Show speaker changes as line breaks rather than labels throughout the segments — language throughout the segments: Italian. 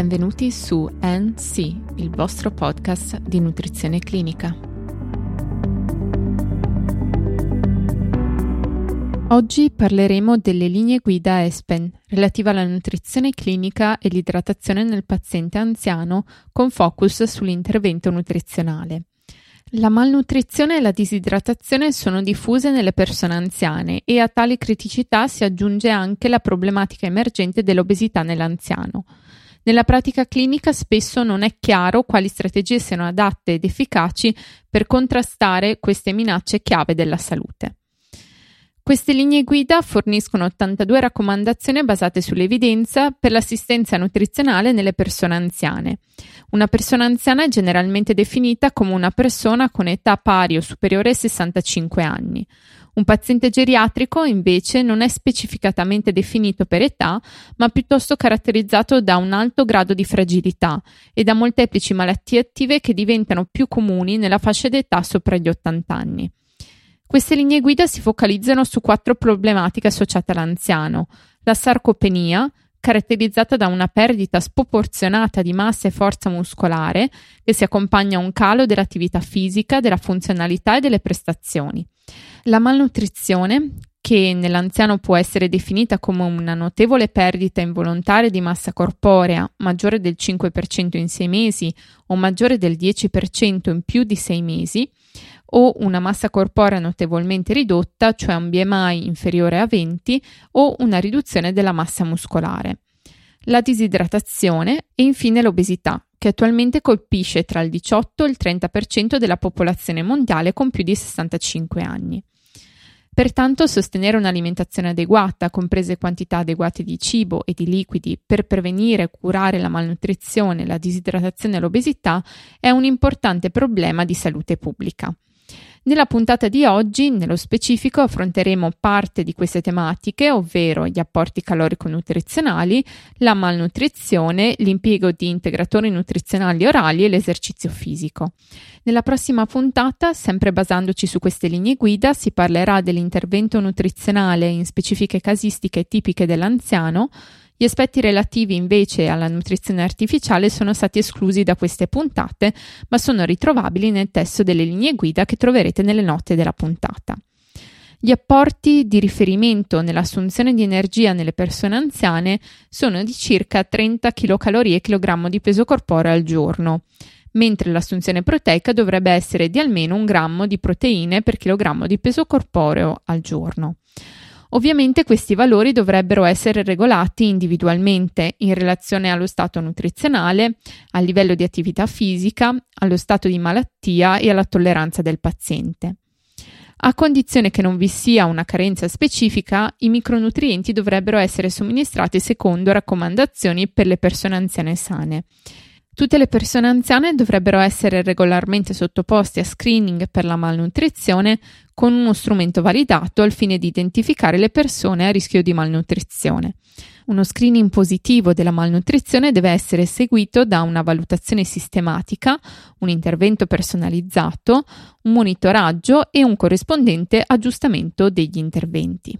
Benvenuti su NC, il vostro podcast di nutrizione clinica. Oggi parleremo delle linee guida ESPEN relative alla nutrizione clinica e l'idratazione nel paziente anziano con focus sull'intervento nutrizionale. La malnutrizione e la disidratazione sono diffuse nelle persone anziane e a tali criticità si aggiunge anche la problematica emergente dell'obesità nell'anziano. Nella pratica clinica spesso non è chiaro quali strategie siano adatte ed efficaci per contrastare queste minacce chiave della salute. Queste linee guida forniscono 82 raccomandazioni basate sull'evidenza per l'assistenza nutrizionale nelle persone anziane. Una persona anziana è generalmente definita come una persona con età pari o superiore ai 65 anni. Un paziente geriatrico, invece, non è specificatamente definito per età, ma piuttosto caratterizzato da un alto grado di fragilità e da molteplici malattie attive che diventano più comuni nella fascia d'età sopra gli 80 anni. Queste linee guida si focalizzano su 4 problematiche associate all'anziano: la sarcopenia, caratterizzata da una perdita sproporzionata di massa e forza muscolare che si accompagna a un calo dell'attività fisica, della funzionalità e delle prestazioni. La malnutrizione, che nell'anziano può essere definita come una notevole perdita involontaria di massa corporea, maggiore del 5% in 6 mesi o maggiore del 10% in più di 6 mesi, o una massa corporea notevolmente ridotta, cioè un BMI inferiore a 20, o una riduzione della massa muscolare. La disidratazione e infine l'obesità, che attualmente colpisce tra il 18 e il 30% della popolazione mondiale con più di 65 anni. Pertanto, sostenere un'alimentazione adeguata, comprese quantità adeguate di cibo e di liquidi, per prevenire e curare la malnutrizione, la disidratazione e l'obesità è un importante problema di salute pubblica. Nella puntata di oggi, nello specifico, affronteremo parte di queste tematiche, ovvero gli apporti calorico-nutrizionali, la malnutrizione, l'impiego di integratori nutrizionali orali e l'esercizio fisico. Nella prossima puntata, sempre basandoci su queste linee guida, si parlerà dell'intervento nutrizionale in specifiche casistiche tipiche dell'anziano. Gli aspetti relativi invece alla nutrizione artificiale sono stati esclusi da queste puntate, ma sono ritrovabili nel testo delle linee guida che troverete nelle note della puntata. Gli apporti di riferimento nell'assunzione di energia nelle persone anziane sono di circa 30 kcal/kg di peso corporeo al giorno, mentre l'assunzione proteica dovrebbe essere di almeno 1 grammo di proteine per chilogrammo di peso corporeo al giorno. Ovviamente questi valori dovrebbero essere regolati individualmente in relazione allo stato nutrizionale, al livello di attività fisica, allo stato di malattia e alla tolleranza del paziente. A condizione che non vi sia una carenza specifica, i micronutrienti dovrebbero essere somministrati secondo raccomandazioni per le persone anziane sane. Tutte le persone anziane dovrebbero essere regolarmente sottoposte a screening per la malnutrizione con uno strumento validato al fine di identificare le persone a rischio di malnutrizione. Uno screening positivo della malnutrizione deve essere seguito da una valutazione sistematica, un intervento personalizzato, un monitoraggio e un corrispondente aggiustamento degli interventi.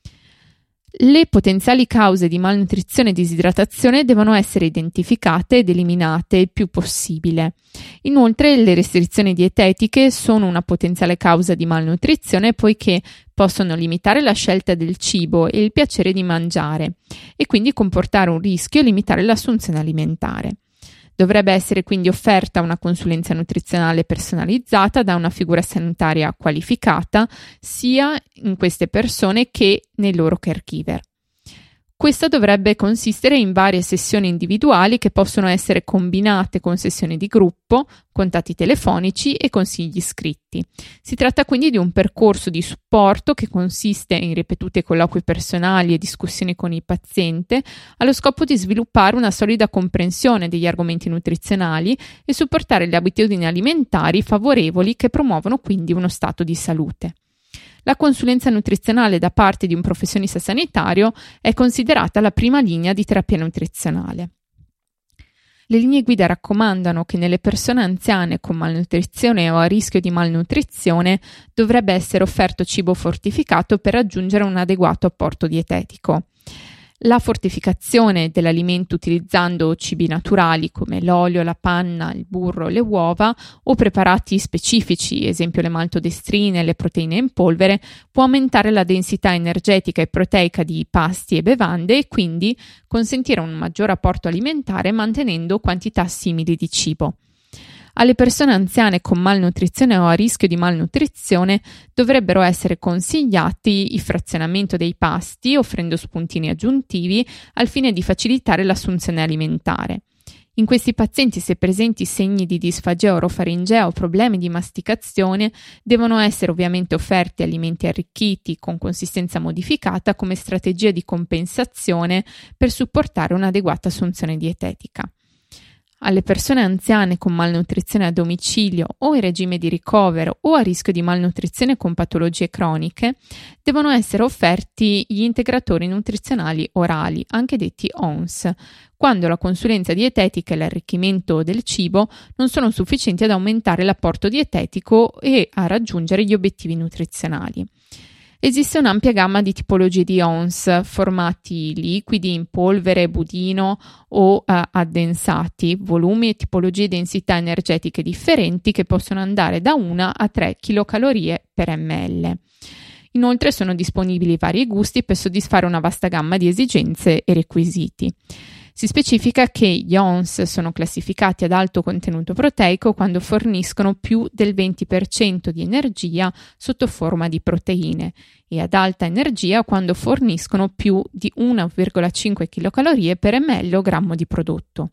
Le potenziali cause di malnutrizione e disidratazione devono essere identificate ed eliminate il più possibile. Inoltre, le restrizioni dietetiche sono una potenziale causa di malnutrizione poiché possono limitare la scelta del cibo e il piacere di mangiare e quindi comportare un rischio e limitare l'assunzione alimentare. Dovrebbe essere quindi offerta una consulenza nutrizionale personalizzata da una figura sanitaria qualificata sia in queste persone che nei loro caregiver. Questa dovrebbe consistere in varie sessioni individuali che possono essere combinate con sessioni di gruppo, contatti telefonici e consigli scritti. Si tratta quindi di un percorso di supporto che consiste in ripetute colloqui personali e discussioni con il paziente allo scopo di sviluppare una solida comprensione degli argomenti nutrizionali e supportare le abitudini alimentari favorevoli che promuovono quindi uno stato di salute. La consulenza nutrizionale da parte di un professionista sanitario è considerata la prima linea di terapia nutrizionale. Le linee guida raccomandano che nelle persone anziane con malnutrizione o a rischio di malnutrizione dovrebbe essere offerto cibo fortificato per raggiungere un adeguato apporto dietetico. La fortificazione dell'alimento utilizzando cibi naturali come l'olio, la panna, il burro, le uova o preparati specifici, esempio le maltodestrine, le proteine in polvere, può aumentare la densità energetica e proteica di pasti e bevande e quindi consentire un maggior apporto alimentare mantenendo quantità simili di cibo. Alle persone anziane con malnutrizione o a rischio di malnutrizione dovrebbero essere consigliati il frazionamento dei pasti, offrendo spuntini aggiuntivi al fine di facilitare l'assunzione alimentare. In questi pazienti, se presenti segni di disfagia orofaringea o problemi di masticazione, devono essere ovviamente offerti alimenti arricchiti con consistenza modificata come strategia di compensazione per supportare un'adeguata assunzione dietetica. Alle persone anziane con malnutrizione a domicilio o in regime di ricovero o a rischio di malnutrizione con patologie croniche, devono essere offerti gli integratori nutrizionali orali, anche detti ONS, quando la consulenza dietetica e l'arricchimento del cibo non sono sufficienti ad aumentare l'apporto dietetico e a raggiungere gli obiettivi nutrizionali. Esiste un'ampia gamma di tipologie di ONS, formati liquidi, in polvere, budino o addensati, volumi e tipologie di densità energetiche differenti che possono andare da 1 a 3 kcal per ml. Inoltre sono disponibili vari gusti per soddisfare una vasta gamma di esigenze e requisiti. Si specifica che gli ONS sono classificati ad alto contenuto proteico quando forniscono più del 20% di energia sotto forma di proteine e ad alta energia quando forniscono più di 1,5 kcal per ml o grammo di prodotto.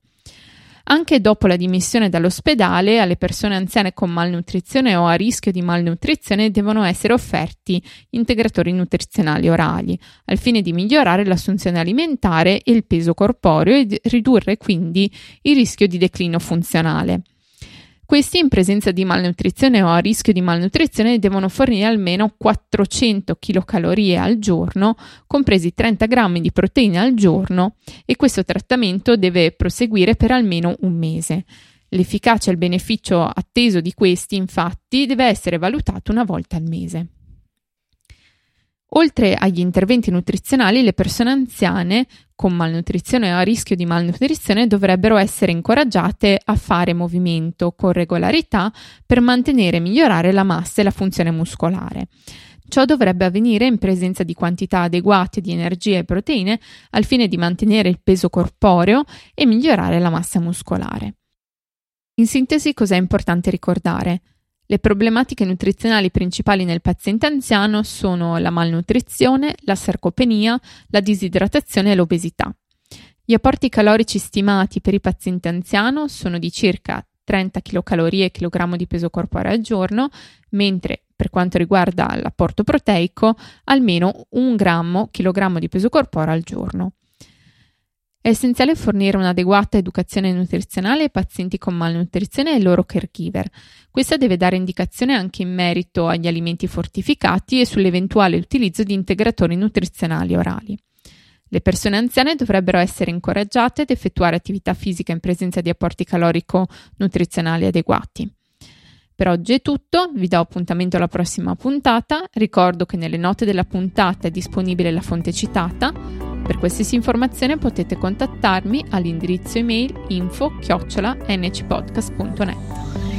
Anche dopo la dimissione dall'ospedale, alle persone anziane con malnutrizione o a rischio di malnutrizione devono essere offerti integratori nutrizionali orali, al fine di migliorare l'assunzione alimentare e il peso corporeo e ridurre quindi il rischio di declino funzionale. Questi, in presenza di malnutrizione o a rischio di malnutrizione, devono fornire almeno 400 kcal al giorno, compresi 30 grammi di proteine al giorno, e questo trattamento deve proseguire per almeno un mese. L'efficacia e il beneficio atteso di questi, infatti, deve essere valutato una volta al mese. Oltre agli interventi nutrizionali, le persone anziane con malnutrizione o a rischio di malnutrizione dovrebbero essere incoraggiate a fare movimento con regolarità per mantenere e migliorare la massa e la funzione muscolare. Ciò dovrebbe avvenire in presenza di quantità adeguate di energia e proteine al fine di mantenere il peso corporeo e migliorare la massa muscolare. In sintesi, cosa è importante ricordare? Le problematiche nutrizionali principali nel paziente anziano sono la malnutrizione, la sarcopenia, la disidratazione e l'obesità. Gli apporti calorici stimati per il paziente anziano sono di circa 30 kcal chilogrammo di peso corporeo al giorno, mentre per quanto riguarda l'apporto proteico, almeno 1 grammo chilogrammo di peso corporeo al giorno. È essenziale fornire un'adeguata educazione nutrizionale ai pazienti con malnutrizione e ai loro caregiver. Questa deve dare indicazione anche in merito agli alimenti fortificati e sull'eventuale utilizzo di integratori nutrizionali orali. Le persone anziane dovrebbero essere incoraggiate ad effettuare attività fisica in presenza di apporti calorico-nutrizionali adeguati. Per oggi è tutto, vi do appuntamento alla prossima puntata. Ricordo che nelle note della puntata è disponibile la fonte citata. Per qualsiasi informazione potete contattarmi all'indirizzo email info@ncpodcast.net.